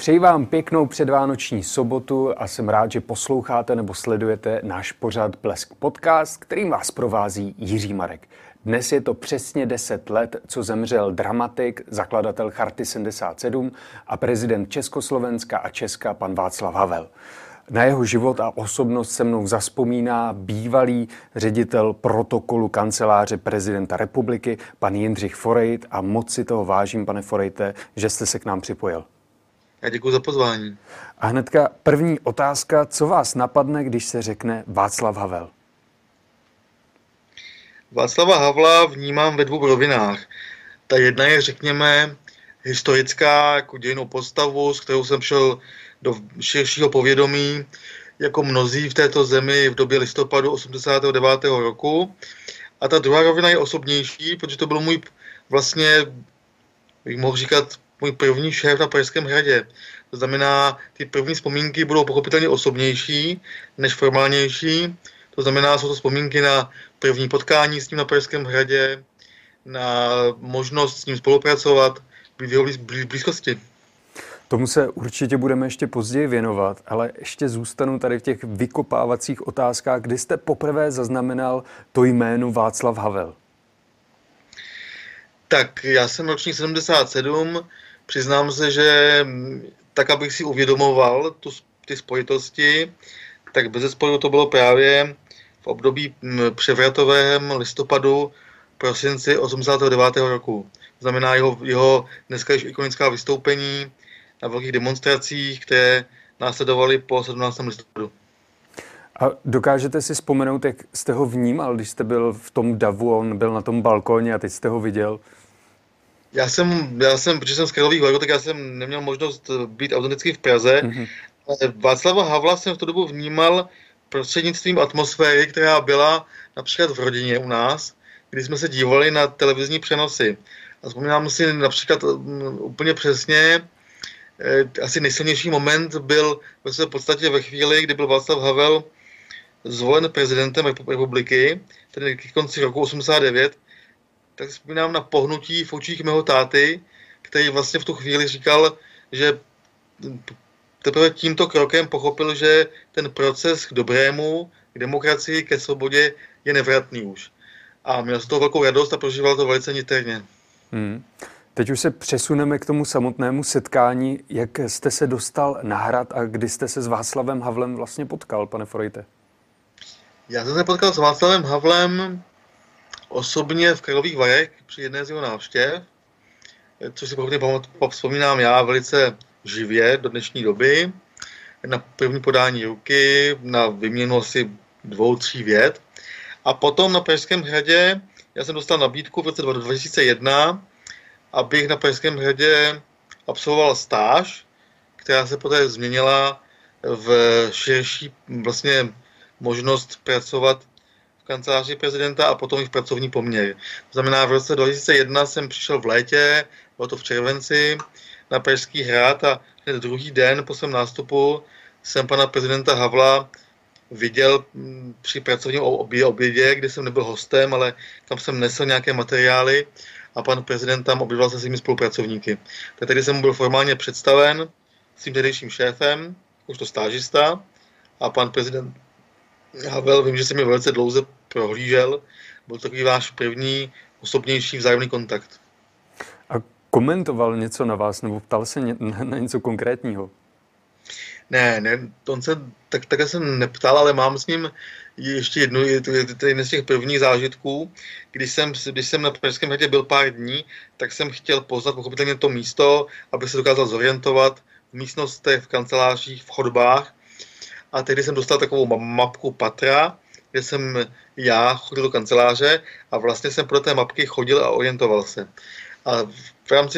Přeji vám pěknou předvánoční sobotu a jsem rád, že posloucháte nebo sledujete náš pořad Blesk Podcast, kterým vás provází Jiří Marek. Dnes je to přesně 10 let, co zemřel dramatik, zakladatel Charty 77 a prezident Československa a Česka pan Václav Havel. Na jeho život a osobnost se mnou zazpomíná bývalý ředitel protokolu kanceláře prezidenta republiky, pan Jindřich Forejt, a moc si toho vážím, pane Forejte, že jste se k nám připojil. Já děkuji za pozvání. A hnedka první otázka, co vás napadne, když se řekne Václav Havel? Václava Havla vnímám ve dvou rovinách. Ta jedna je, řekněme, historická, jako dějinnou postavu, s kterou jsem šel do širšího povědomí, jako mnozí v této zemi v době listopadu 89. roku. A ta druhá rovina je osobnější, protože to byl můj vlastně, bych mohl říkat, můj první šéf na Pražském hradě. To znamená, ty první vzpomínky budou pochopitelně osobnější než formálnější. To znamená, jsou to vzpomínky na první potkání s ním na Pražském hradě, na možnost s ním spolupracovat, být v jeho blízkosti. Tomu se určitě budeme ještě později věnovat, ale ještě zůstanu tady v těch vykopávacích otázkách. Kdy jste poprvé zaznamenal to jméno Václav Havel? Tak já jsem ročník 77, přiznám se, že tak, abych si uvědomoval ty spojitosti, tak bezesporu to bylo právě v období převratovém listopadu, prosinci 89. roku. To znamená jeho dneska již ikonická vystoupení na velkých demonstracích, které následovaly po 17. listopadu. A dokážete si vzpomenout, jak jste ho vnímal, když jste byl v tom davu, on byl na tom balkóně a teď jste ho viděl? Já jsem, protože jsem z Karlových Varů, tak já jsem neměl možnost být autenticky v Praze. Václava Havla jsem v tu dobu vnímal prostřednictvím atmosféry, která byla například v rodině u nás, kdy jsme se dívali na televizní přenosy. A vzpomínám si například úplně přesně, asi nejsilnější moment byl v podstatě ve chvíli, kdy byl Václav Havel zvolen prezidentem republiky, tedy k konci roku 89, tak vzpomínám na pohnutí v očích mého táty, který vlastně v tu chvíli říkal, že teprve tímto krokem pochopil, že ten proces k dobrému, k demokracii, ke svobodě je nevratný už. A měl z toho velkou radost a prožíval to velice niterně. Teď už se přesuneme k tomu samotnému setkání. Jak jste se dostal na hrad a kdy jste se s Václavem Havlem vlastně potkal, pane Forejte? Já jsem se potkal s Václavem Havlem osobně v Karlových Varech při jedné z jeho návštěv, což si vzpomínám já velice živě do dnešní doby, na první podání ruky, na výměnu asi 2-3 vět. A potom na Pražském hradě já jsem dostal nabídku v roce 2001, abych na Pražském hradě absolvoval stáž, která se poté změnila v širší vlastně možnost pracovat v kanceláři prezidenta a potom i v pracovní poměr. To znamená, v roce 2001 jsem přišel v létě, bylo to v červenci, na Pražský hrad a hned druhý den po svém nástupu jsem pana prezidenta Havla viděl při pracovním obědě, kde jsem nebyl hostem, ale tam jsem nesl nějaké materiály a pan prezident tam objevil se svými spolupracovníky. Tak tady jsem byl formálně představen svým tehdejším šéfem, už to stážista, a pan prezident Havel, vím, že se mi velice dlouze prohlížel, byl takový váš první osobnější vzájemný kontakt. A komentoval něco na vás, nebo ptal se na něco konkrétního? Ne, on se takhle jsem neptal, ale mám s ním ještě jednu, je to jeden z těch prvních zážitků. Když jsem na Pražském hradě byl pár dní, tak jsem chtěl poznat pochopitelně to místo, aby se dokázal zorientovat v místnostech, v kancelářích, v chodbách. A tehdy jsem dostal takovou mapku patra, kde jsem já chodil do kanceláře a vlastně jsem podle té mapky chodil a orientoval se. A v rámci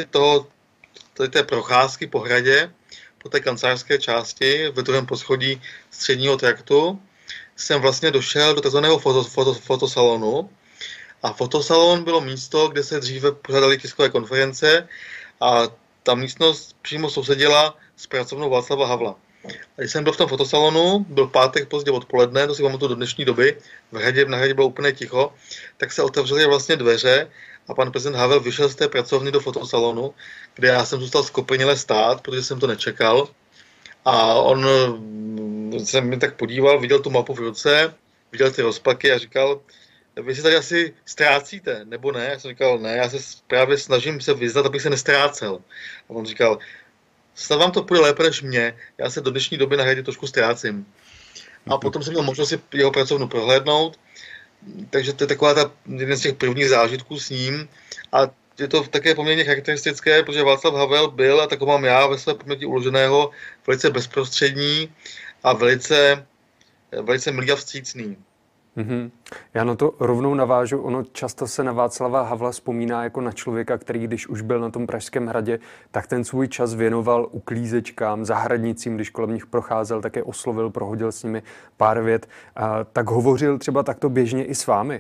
té procházky po hradě, po té kancelářské části ve druhém poschodí středního traktu, jsem vlastně došel do tzv. Fotosalonu. A fotosalon bylo místo, kde se dříve pořádaly tiskové konference a ta místnost přímo sousedila s pracovnou Václava Havla. A když jsem byl v tom fotosalonu, byl pátek pozdě odpoledne, to si pamatuju do dnešní doby, na hradě bylo úplně ticho, tak se otevřely vlastně dveře a pan prezident Havel vyšel z té pracovny do fotosalonu, kde já jsem zůstal skopeněle stát, protože jsem to nečekal. A on se mi tak podíval, viděl tu mapu v ruce, viděl ty rozpaky a říkal, vy si tady asi ztrácíte, nebo ne? Já jsem říkal, ne, já se právě snažím se vyznat, abych se nestrácel. A on říkal, snad vám to půjde lépe než mě, já se do dnešní doby na hradě trošku ztrácím. A potom jsem měl možnost si jeho pracovnu prohlédnout, takže to je taková jeden z těch prvních zážitků s ním. A je to také poměrně charakteristické, protože Václav Havel byl, a tak ho mám já ve své paměti uloženého, velice bezprostřední a velice milý a vstřícný. Já na to rovnou navážu. Ono často se na Václava Havla vzpomíná jako na člověka, který když už byl na tom Pražském hradě, tak ten svůj čas věnoval uklízečkám, zahradnicím, když kolem nich procházel, tak je oslovil, prohodil s nimi pár vět. Tak hovořil třeba takto běžně i s vámi?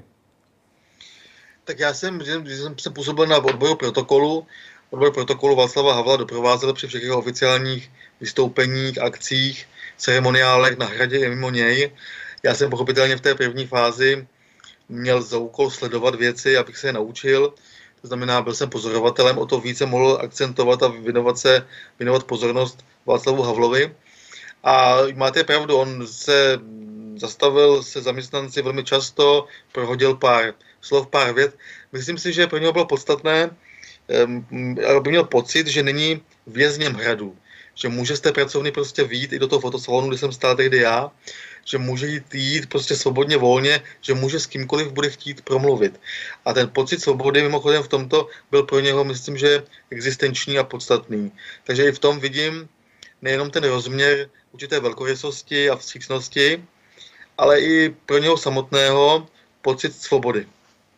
Tak když jsem se působil na odboru protokolu Václava Havla doprovázel při všech jeho oficiálních vystoupeních, akcích, ceremoniálech na hradě i mimo něj. Já jsem pochopitelně v té první fázi měl za úkol sledovat věci, abych se je naučil. To znamená, byl jsem pozorovatelem, o to více mohl akcentovat a věnovat pozornost Václavu Havlovi. A máte pravdu, on se zastavil se zaměstnanci velmi často, prohodil pár slov, pár vět. Myslím si, že pro něho bylo podstatné, aby měl pocit, že není vězněm hradu. Že může z té pracovny prostě vyjít i do toho fotosalonu, kde jsem stál tehdy já, že může jít prostě svobodně, volně, že může s kýmkoliv bude chtít promluvit. A ten pocit svobody mimochodem v tomto byl pro něho, myslím, že existenční a podstatný. Takže i v tom vidím nejenom ten rozměr určité velkorysosti a vstřícnosti, ale i pro něho samotného pocit svobody.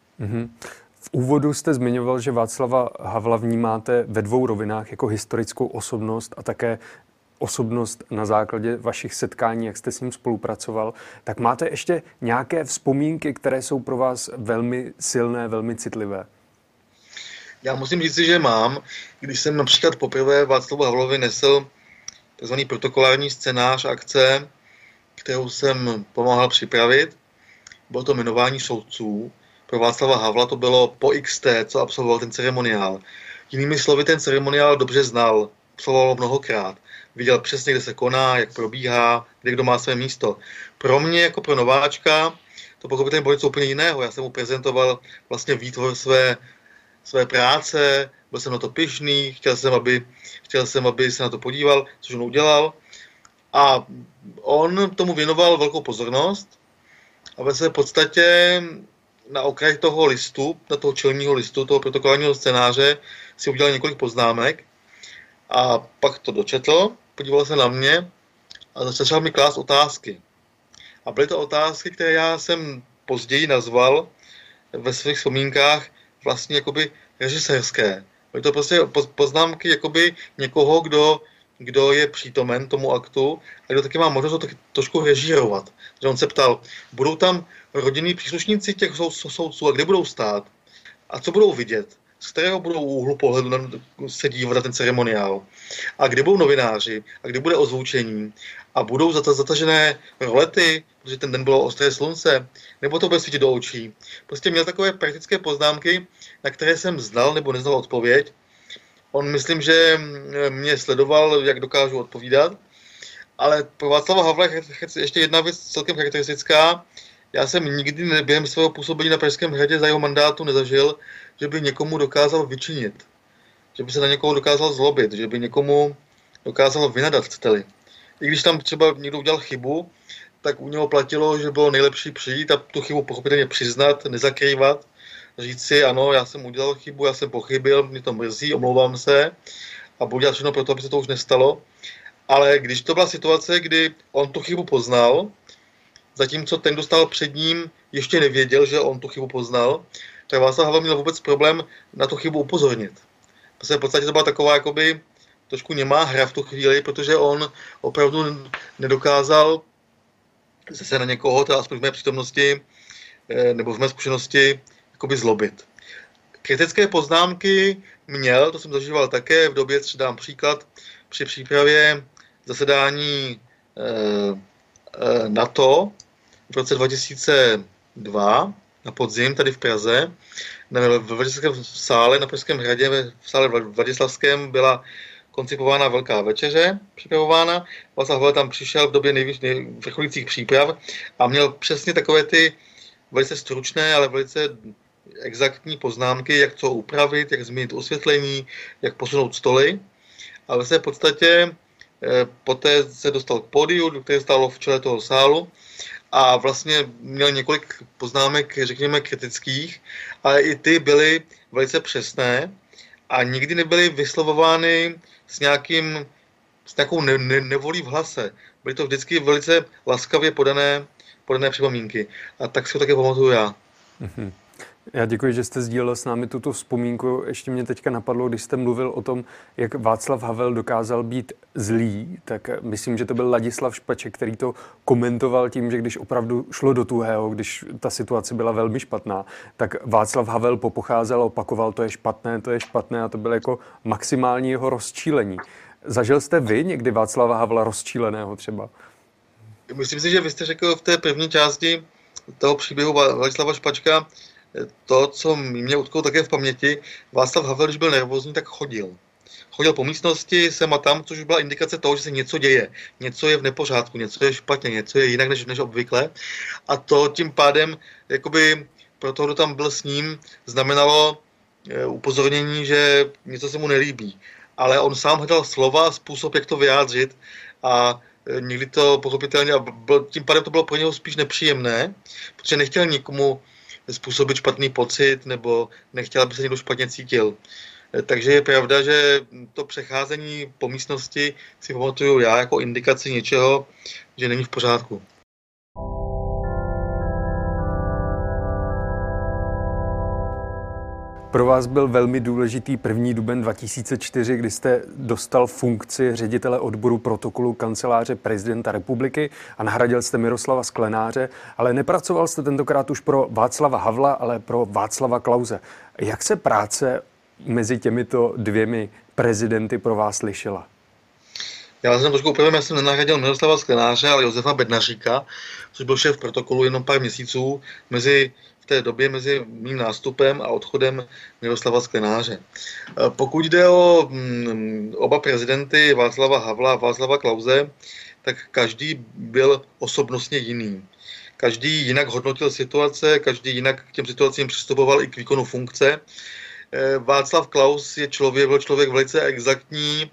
V úvodu jste zmiňoval, že Václava Havla vnímáte ve dvou rovinách jako historickou osobnost a také osobnost na základě vašich setkání, jak jste s ním spolupracoval. Tak máte ještě nějaké vzpomínky, které jsou pro vás velmi silné, velmi citlivé? Já musím říct, že mám. Když jsem například poprvé Václavu Havlovi nesl tzv. Protokolární scénář akce, kterou jsem pomáhal připravit, bylo to jmenování soudců. Pro Václava Havla to bylo po XT, co absolvoval ten ceremoniál. Jinými slovy, ten ceremoniál dobře znal, absolvoval mnohokrát. Viděl přesně, kde se koná, jak probíhá, kde kdo má své místo. Pro mě, jako pro nováčka, to pochopitelně bylo něco úplně jiného. Já jsem mu prezentoval vlastně výtvor své práce, byl jsem na to pyšný, chtěl jsem, aby se na to podíval, což on udělal. A on tomu věnoval velkou pozornost a ve své podstatě na okraj toho listu, na toho čelního listu, toho protokolárního scénáře, si udělal několik poznámek a pak to dočetl, podíval se na mě a začal mi klást otázky. A byly to otázky, které já jsem později nazval ve svých vzpomínkách vlastně jakoby režisérské. Byly to prostě poznámky jakoby někoho, kdo je přítomen tomu aktu a kdo taky má možnost to trošku režírovat. Že on se ptal, budou tam rodinní příslušníci těch soudců a kde budou stát? A co budou vidět? Z kterého budou úhlu pohledu se dívat na ten ceremoniál? A kde budou novináři? A kde bude ozvučení? A budou zatažené rolety, protože ten den bylo ostré slunce? Nebo to bude svítit do očí? Prostě měl takové praktické poznámky, na které jsem znal nebo neznal odpověď. On myslím, že mě sledoval, jak dokážu odpovídat. Ale pro Václava Havla je ještě jedna věc celkem charakteristická. Já jsem nikdy během svého působení na Pražském hradě za jeho mandátu nezažil, že by někomu dokázal vyčinit. Že by se na někoho dokázal zlobit, že by někomu dokázal vynadat, chcete-li. I když tam třeba někdo udělal chybu, tak u něho platilo, že bylo nejlepší přijít a tu chybu pochopitelně přiznat, nezakrývat, říct si, ano, já jsem udělal chybu, já jsem pochybil, mě to mrzí, omlouvám se a budu dělat všechno pro to, aby se to už nestalo. Ale když to byla situace, kdy on tu chybu poznal, zatímco ten, kdo stál před ním, ještě nevěděl, že on tu chybu poznal, tak Václav Havel měl vůbec problém na tu chybu upozornit. Protože v podstatě to byla taková jakoby trošku němá hra v tu chvíli, protože on opravdu nedokázal se na někoho, teda aspoň v mé přítomnosti, nebo v mé zkušenosti, jakoby zlobit. Kritické poznámky měl, to jsem zažíval také v době, třeba dám příklad, při přípravě zasedání NATO v roce 2002 na podzim tady v Praze, Ve Vladislavickém sále na Pražském hradě, v sále Vladislavském byla koncipována velká večeře, připravována. Václav Havel tam přišel v době vrcholících příprav a měl přesně takové ty velice stručné, ale velice exaktní poznámky, jak co upravit, jak změnit osvětlení, jak posunout stoly. Ale v podstatě poté se dostal k pódiu, které stálo v čele toho sálu a vlastně měl několik poznámek, řekněme, kritických, ale i ty byly velice přesné a nikdy nebyly vyslovovány s nějakou nevolí v hlase. Byly to vždycky velice laskavě podané připomínky. A tak si ho také pamatuju já. Mm-hmm. Já děkuji, že jste sdílel s námi tuto vzpomínku. Ještě mě teďka napadlo, když jste mluvil o tom, jak Václav Havel dokázal být zlý, tak myslím, že to byl Ladislav Špaček, který to komentoval tím, že když opravdu šlo do tuhého, když ta situace byla velmi špatná, tak Václav Havel popocházel a opakoval, to je špatné a to bylo jako maximální jeho rozčílení. Zažil jste vy někdy Václava Havla rozčíleného třeba? Myslím si, že vy jste řekl v té první části toho příběhu Ladislava Špačka to, co mě utkalo také v paměti. Václav Havel, když byl nervózní, tak chodil. Chodil po místnosti sem a tam, což byla indikace toho, že se něco děje. Něco je v nepořádku, něco je špatně, něco je jinak než obvykle. A to tím pádem, jakoby pro toho, kdo tam byl s ním, znamenalo upozornění, že něco se mu nelíbí. Ale on sám hledal slova a způsob, jak to vyjádřit a někdy to pochopitelně, a tím pádem to bylo pro něho spíš nepříjemné, protože nechtěl nikomu způsobit špatný pocit nebo nechtěl, aby se někdo špatně cítil. Takže je pravda, že to přecházení po místnosti si pamatuju já jako indikaci něčeho, že není v pořádku. Pro vás byl velmi důležitý 1. duben 2004, kdy jste dostal funkci ředitele odboru protokolu Kanceláře prezidenta republiky a nahradil jste Miroslava Sklenáře, ale nepracoval jste tentokrát už pro Václava Havla, ale pro Václava Klause. Jak se práce mezi těmito dvěmi prezidenty pro vás lišila? Já jsem trošku upravil, já jsem nenahradil Miroslava Sklenáře, ale Josefa Bednaříka, což byl šéf protokolu jenom pár měsíců v té době mezi mým nástupem a odchodem Miroslava Sklenáře. Pokud jde o oba prezidenty Václava Havla a Václava Klause, tak každý byl osobnostně jiný. Každý jinak hodnotil situace, každý jinak k těm situacím přistupoval i k výkonu funkce. Václav Klaus byl člověk velice exaktní,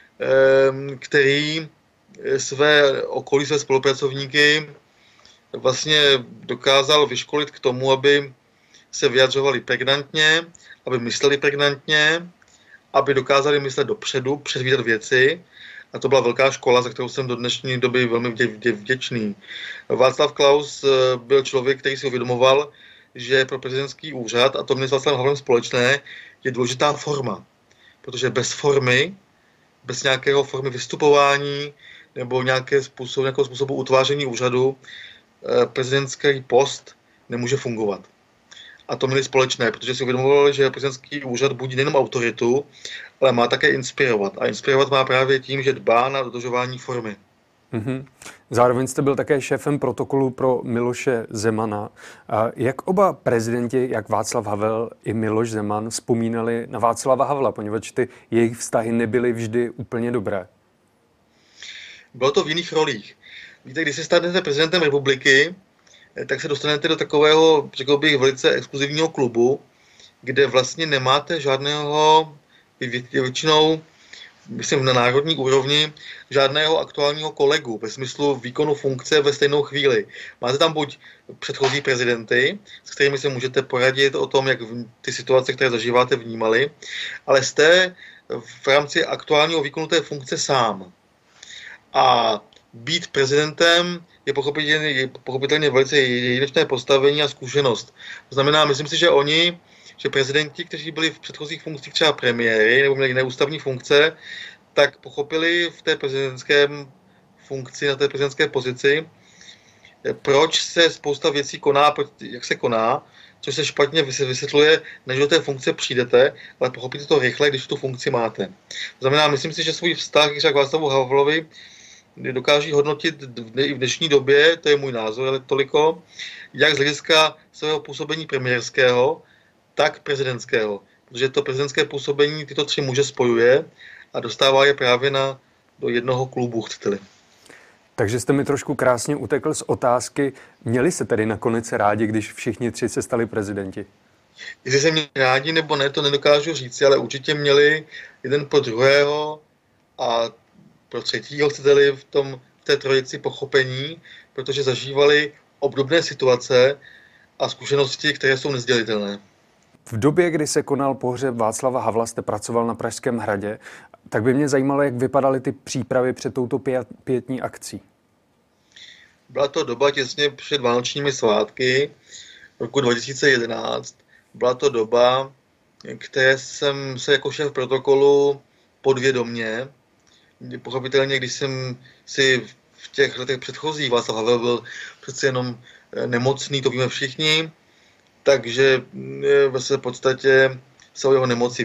který své okolí, své spolupracovníky vlastně dokázal vyškolit k tomu, aby se vyjadřovali pregnantně, aby mysleli pregnantně, aby dokázali myslet dopředu, předvídat věci. A to byla velká škola, za kterou jsem do dnešní doby velmi vděčný. Václav Klaus byl člověk, který si uvědomoval, že pro prezidentský úřad, a to mě s Václavem Havlem společné, je důležitá forma. Protože bez formy, bez nějakého formy vystupování nebo nějakého způsobu utváření úřadu, prezidentský post nemůže fungovat. A to měli společné, protože si uvědomovali, že prezidentský úřad budí nejenom autoritu, ale má také inspirovat. A inspirovat má právě tím, že dbá na dodržování formy. Mm-hmm. Zároveň jste byl také šéfem protokolu pro Miloše Zemana. Jak oba prezidenti, jak Václav Havel i Miloš Zeman, vzpomínali na Václava Havla, poněvadž ty jejich vztahy nebyly vždy úplně dobré? Bylo to v jiných rolích. Víte, když se stanete prezidentem republiky, tak se dostanete do takového, řekl bych, velice exkluzivního klubu, kde vlastně nemáte žádného, většinou, myslím na národní úrovni, žádného aktuálního kolegu ve smyslu výkonu funkce ve stejnou chvíli. Máte tam buď předchozí prezidenty, s kterými se můžete poradit o tom, jak ty situace, které zažíváte, vnímali, ale jste v rámci aktuálního výkonu té funkce sám. A být prezidentem je pochopitelně velice jedinečné postavení a zkušenost. To znamená, myslím si, že prezidenti, kteří byli v předchozích funkcích třeba premiéry nebo měli neústavní funkce, tak pochopili v té prezidentské funkci, na té prezidentské pozici, proč se spousta věcí koná, jak se koná, což se špatně vysvětluje, než do té funkce přijdete, ale pochopíte to rychle, když tu funkci máte. To znamená, myslím si, že svůj vztah k Václavu Havlovi dokáží hodnotit i v dnešní době, to je můj názor, ale toliko, jak z hlediska svého působení premiérského, tak prezidentského. Protože to prezidentské působení tyto tři muže spojuje a dostává je právě do jednoho klubu, chcete-li. Takže jste mi trošku krásně utekl z otázky, měli se tedy nakonec rádi, když všichni tři se stali prezidenti? Jestli se měli rádi nebo ne, to nedokážu říct, ale určitě měli jeden pro druhého a pro třetího, chcete-li, v té trojici pochopení, protože zažívali obdobné situace a zkušenosti, které jsou nesdělitelné. V době, kdy se konal pohřeb Václava Havla, jste pracoval na Pražském hradě, tak by mě zajímalo, jak vypadaly ty přípravy před touto pietní akcí. Byla to doba těsně před vánočními svátky roku 2011. Byla to doba, které jsem se jako šéf protokolu podvědomně, pochopitelně, když jsem si v těch letech předchozích, Václav Havel byl přece jenom nemocný, to víme všichni, takže v podstatě se o jeho nemoci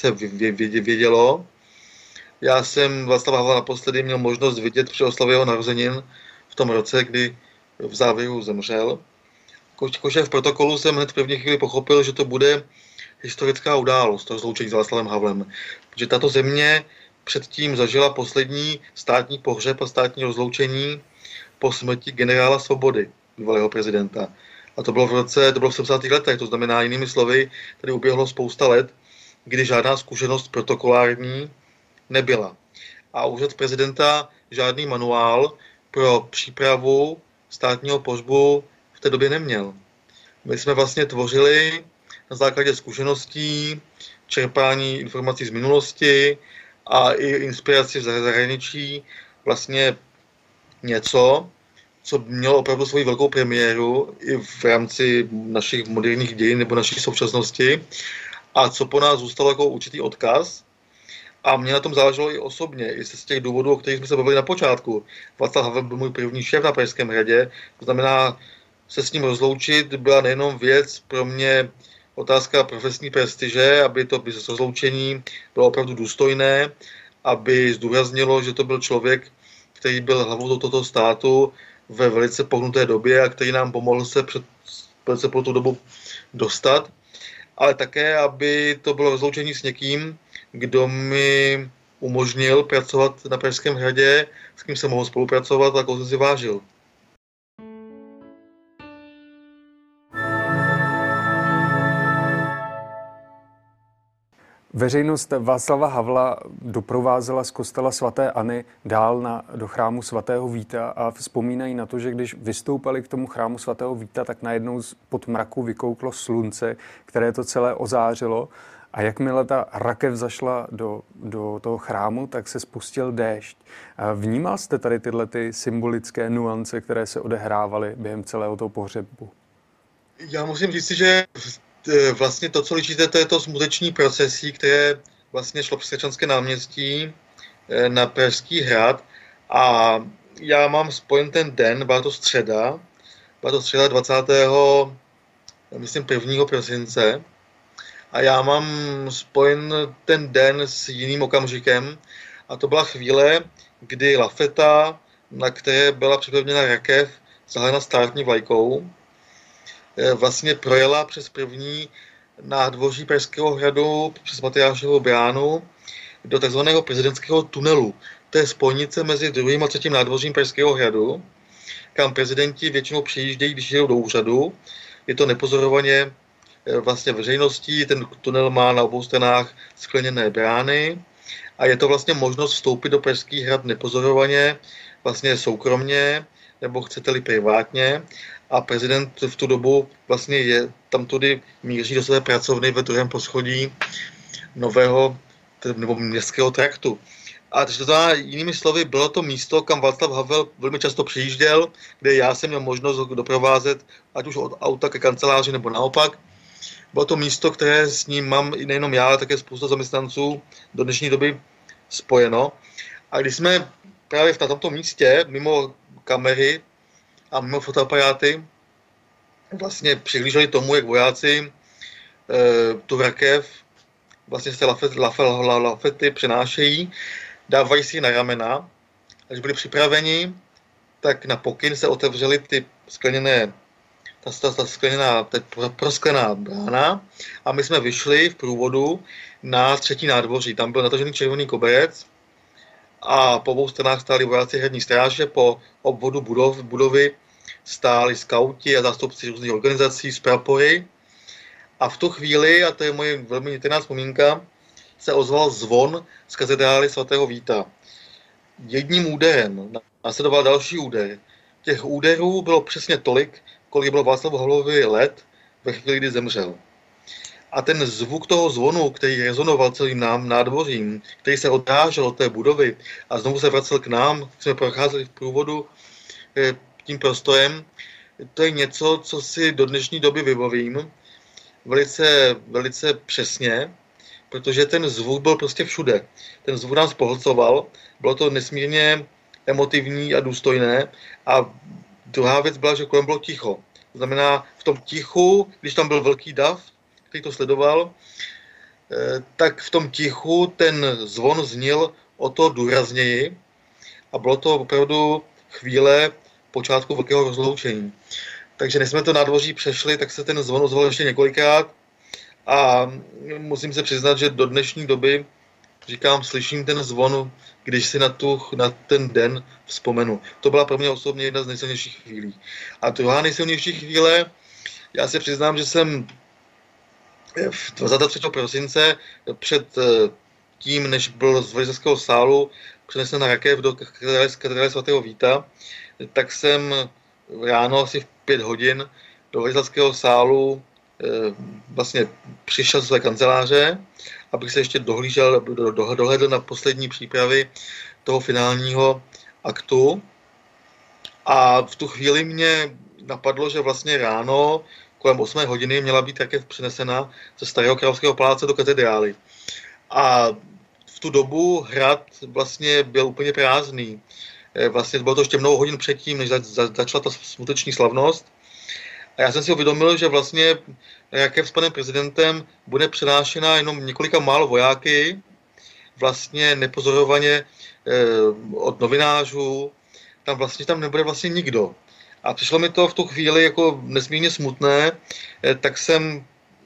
vědělo. Já jsem Václava Havla naposledy měl možnost vidět při oslavě jeho narozenin v tom roce, kdy v závěru zemřel. Jako šéf protokolu jsem hned v první chvíli pochopil, že to bude historická událost, to rozloučení s Václavem Havlem. Protože tato země předtím zažila poslední státní pohřeb a státní rozloučení po smrti generála Svobody, bývalého prezidenta. A to bylo v 70. letech, to znamená jinými slovy, tady uběhlo spousta let, kdy žádná zkušenost protokolární nebyla. A úřad prezidenta žádný manuál pro přípravu státního pohřbu v té době neměl. My jsme vlastně tvořili na základě zkušeností, čerpání informací z minulosti a i inspiraci v zahraničí vlastně něco, co mělo opravdu svoji velkou premiéru i v rámci našich moderních dějin nebo naší současnosti a co po nás zůstalo jako určitý odkaz. A mě na tom záleželo i osobně, i z těch důvodů, o kterých jsme se bavili na počátku. Václav Havel byl můj první šéf na Pražském hradě, to znamená, se s ním rozloučit byla nejenom věc pro mě otázka profesní prestiže, aby to rozloučení bylo opravdu důstojné, aby zdůraznilo, že to byl člověk, který byl hlavou tohoto státu ve velice pohnuté době a který nám pomohl se velice po tu dobu dostat, ale také, aby to bylo rozloučení s někým, kdo mi umožnil pracovat na Pražském hradě, s kým jsem mohl spolupracovat a koho jsem si vážil. Veřejnost Václava Havla doprovázela z kostela svaté Anny dál do chrámu svatého Víta a vzpomínají na to, že když vystoupali k tomu chrámu svatého Víta, tak najednou pod mraku vykouklo slunce, které to celé ozářilo. A jakmile ta rakev zašla do toho chrámu, tak se spustil déšť. Vnímal jste tady tyhle ty symbolické nuance, které se odehrávaly během celého toho pohřebu? Já musím říct, že vlastně to, co líčíte, to je to smuteční procesí, které vlastně šlo přes Hradčanské náměstí na Pražský hrad. A já mám spojen ten den, byla to středa 20. myslím 1. prosince. A já mám spojen ten den s jiným okamžikem a to byla chvíle, kdy lafeta, na které byla připevněna rakev zahalena státní vlajkou, vlastně projela přes první nádvoří Pražského hradu, přes Matyášovu bránu do tzv. Prezidentského tunelu. To je spojnice mezi druhým a třetím nádvořím Pražského hradu, kam prezidenti většinou přijíždějí, když jdou do úřadu. Je to nepozorovaně vlastně veřejností, ten tunel má na obou stranách skleněné brány a je to vlastně možnost vstoupit do Pražský hrad nepozorovaně, vlastně soukromně, nebo chcete-li privátně. A prezident v tu dobu vlastně je tam tudy míří do své pracovny ve druhém poschodí nového nebo městského traktu. A takže to jinými slovy bylo to místo, kam Václav Havel velmi často přijížděl, kde já jsem měl možnost doprovázet, ať už od auta ke kanceláři nebo naopak. Bylo to místo, které s ním mám i nejenom já, ale také spousta zaměstnanců do dnešní doby spojeno. A když jsme právě na tomto místě, mimo kamery a mimo fotoaparáty, vlastně přihlíželi tomu, jak vojáci tu rakev vlastně z té lafety přenášejí, dávají si ji na ramena. A když byli připraveni, tak na pokyn se otevřely ty skleněné ta skleněná, ta prosklená brána a my jsme vyšli v průvodu na třetí nádvoří. Tam byl natažený červený koberec a po obou stranách stáli vojáci hradní stráže, po obvodu budovy stáli skauti a zástupci různých organizací s prapory. A v tu chvíli, a to je moje velmi niterná vzpomínka, se ozval zvon z katedrály svatého Víta. Jedním úderem následoval další úder. Těch úderů bylo přesně tolik, kolik bylo Václavu Havlovi let ve chvíli, kdy zemřel. A ten zvuk toho zvonu, který rezonoval celým nádvořím, který se odrážel od té budovy a znovu se vracel k nám, jsme procházeli v průvodu tím prostorem, to je něco, co si do dnešní doby vybavím velice, velice přesně, protože ten zvuk byl prostě všude. Ten zvuk nás pohlcoval, bylo to nesmírně emotivní a důstojné. A druhá věc byla, že kolem bylo ticho. To znamená, v tom tichu, když tam byl velký dav, který to sledoval, tak v tom tichu ten zvon zněl o to důrazněji a bylo to opravdu chvíle počátku velkého rozloučení. Takže než jsme to nádvoří přešli, tak se ten zvon ozval ještě několikrát a musím se přiznat, že do dnešní doby, říkám, slyším ten zvon, když si na ten den vzpomenu. To byla pro mě osobně jedna z nejsilnějších chvílí. A druhá nejsilnější chvíle, já se přiznám, že jsem 23. prosince před tím, než byl z Velitelského sálu přenesen na rakev do katedrály svatého Víta, tak jsem ráno asi v 5 hodin do Velitelského sálu vlastně přišel z své kanceláře, abych se ještě dohlédl na poslední přípravy toho finálního aktu. A v tu chvíli mě napadlo, že vlastně ráno kolem 8 hodiny měla být rakev přenesena ze Starého královského paláce do katedrály. A v tu dobu hrad vlastně byl úplně prázdný. Vlastně bylo to ještě mnoho hodin předtím, než začala ta smuteční slavnost. A já jsem si uvědomil, že vlastně rakev s panem prezidentem bude přenášena jenom několika málo vojáky, vlastně nepozorovaně od novinářů, tam nebude vlastně nikdo. A přišlo mi to v tu chvíli jako nesmírně smutné, tak jsem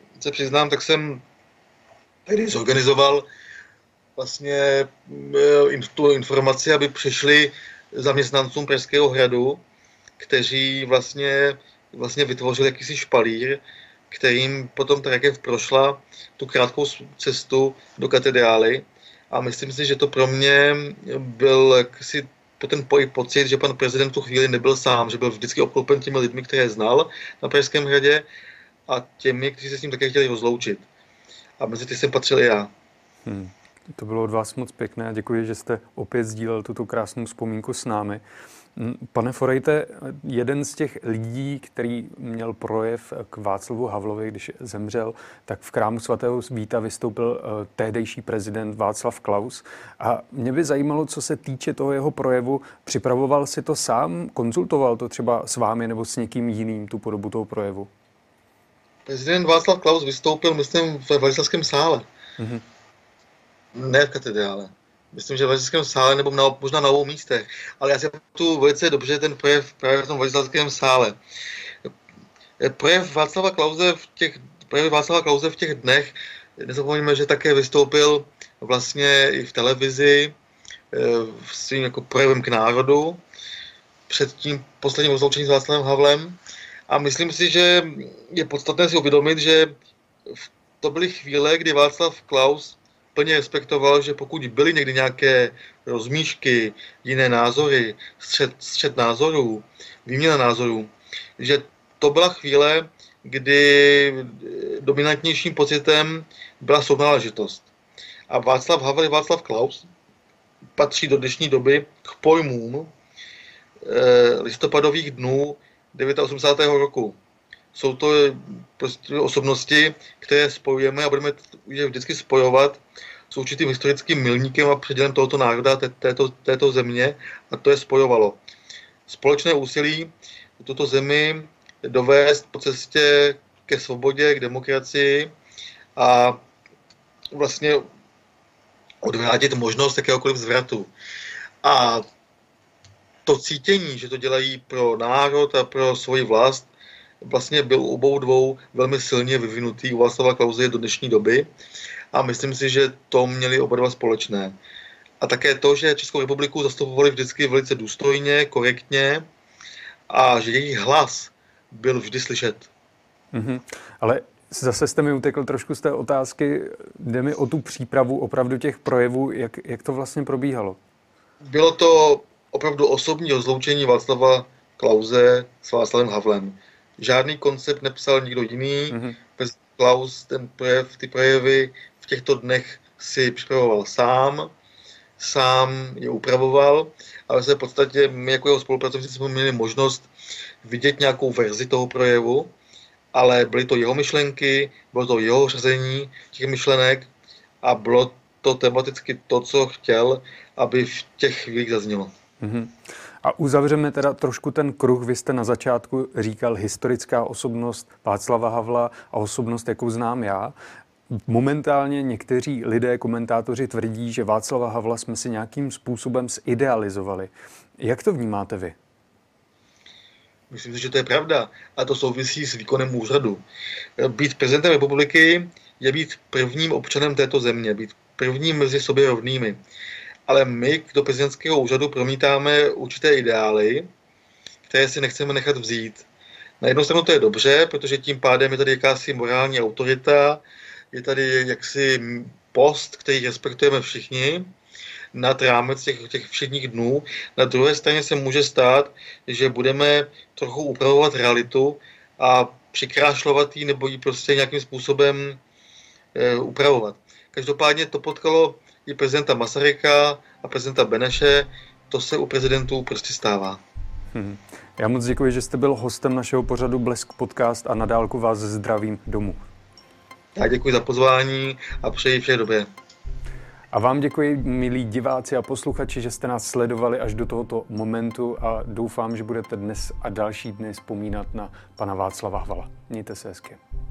tady zorganizoval vlastně tu informaci, aby přišli zaměstnancům Pražského hradu, kteří vlastně vytvořili jakýsi špalír, kterým potom ta rakev prošla tu krátkou cestu do katedrály. A myslím si, že to pro mě byl jaksi ten pocit, že pan prezident v tu chvíli nebyl sám, že byl vždycky obklopen těmi lidmi, které znal na Pražském hradě a těmi, kteří se s ním také chtěli rozloučit. A mezi ty jsem patřil i já. To bylo od vás moc pěkné a děkuji, že jste opět sdílel tuto krásnou vzpomínku s námi. Pane Forejte, jeden z těch lidí, který měl projev k Václavu Havlovi, když zemřel, tak v chrámu svatého Víta vystoupil tehdejší prezident Václav Klaus. A mě by zajímalo, co se týče toho jeho projevu. Připravoval si to sám? Konzultoval to třeba s vámi nebo s někým jiným, tu podobu toho projevu? Prezident Václav Klaus vystoupil, myslím, ve Velitelském sále. Mm-hmm. Ne v katedrále. Myslím, že v Velitelském sále nebo možná na obou místech. Ale já si pamatuju velice dobře ten projev právě v tom Velitelském sále. Projev Václava Klause v těch dnech, nezapomeňme, že také vystoupil vlastně i v televizi svým jako projevem k národu před tím posledním rozloučením s Václavem Havlem. A myslím si, že je podstatné si uvědomit, že to byly chvíle, kdy Václav Klaus plně respektoval, že pokud byly někdy nějaké rozmíšky, jiné názory, střet názorů, výměna názorů, že to byla chvíle, kdy dominantnějším pocitem byla sounáležitost. A Václav Havel, Václav Klaus patří do dnešní doby k pojmům listopadových dnů 89. roku. Jsou to prostě osobnosti, které spojujeme a budeme je vždycky spojovat s určitým historickým milníkem a předělem tohoto národa, této země, a to je spojovalo. Společné úsilí tuto zemi dovést po cestě ke svobodě, k demokracii a vlastně odvrátit možnost jakéhokoliv zvratu. A to cítění, že to dělají pro národ a pro svoji vlast, vlastně byl u obou dvou velmi silně vyvinutý. U Václava Klause do dnešní doby a myslím si, že to měli oba dva společné. A také to, že Českou republiku zastupovali vždycky velice důstojně, korektně a že jejich hlas byl vždy slyšet. Ale zase jste mi utekl trošku z té otázky, jde mi o tu přípravu opravdu těch projevů, jak to vlastně probíhalo? Bylo to opravdu osobní rozloučení Václava Klause s Václavem Havlem. Žádný koncept nepsal nikdo jiný. Klaus ty projevy v těchto dnech si připravoval sám je upravoval, ale v podstatě my jako jeho spolupracovníci jsme měli možnost vidět nějakou verzi toho projevu, ale byly to jeho myšlenky, bylo to jeho řazení těch myšlenek a bylo to tematicky to, co chtěl, aby v těch chvílích zaznělo. A uzavřeme teda trošku ten kruh. Vy jste na začátku říkal historická osobnost Václava Havla a osobnost, jakou znám já. Momentálně někteří lidé, komentátoři tvrdí, že Václava Havla jsme si nějakým způsobem zidealizovali. Jak to vnímáte vy? Myslím si, že to je pravda a to souvisí s výkonem úřadu. Být prezidentem republiky je být prvním občanem této země, být prvním mezi sobě rovnými. Ale my do prezidentského úřadu promítáme určité ideály, které si nechceme nechat vzít. Na jednu stranu to je dobře, protože tím pádem je tady jakási morální autorita, je tady jaksi post, který respektujeme všichni, nad rámec těch všedních dnů. Na druhé straně se může stát, že budeme trochu upravovat realitu a přikrášlovat ji nebo ji prostě nějakým způsobem upravovat. Každopádně to potkalo i prezidenta Masaryka a prezidenta Beneše, to se u prezidentů prostě stává. Já moc děkuji, že jste byl hostem našeho pořadu Blesk Podcast a na dálku vás zdravím domů. Já děkuji za pozvání a přeji vše dobré. A vám děkuji, milí diváci a posluchači, že jste nás sledovali až do tohoto momentu a doufám, že budete dnes a další dny vzpomínat na pana Václava Havla. Mějte se hezky.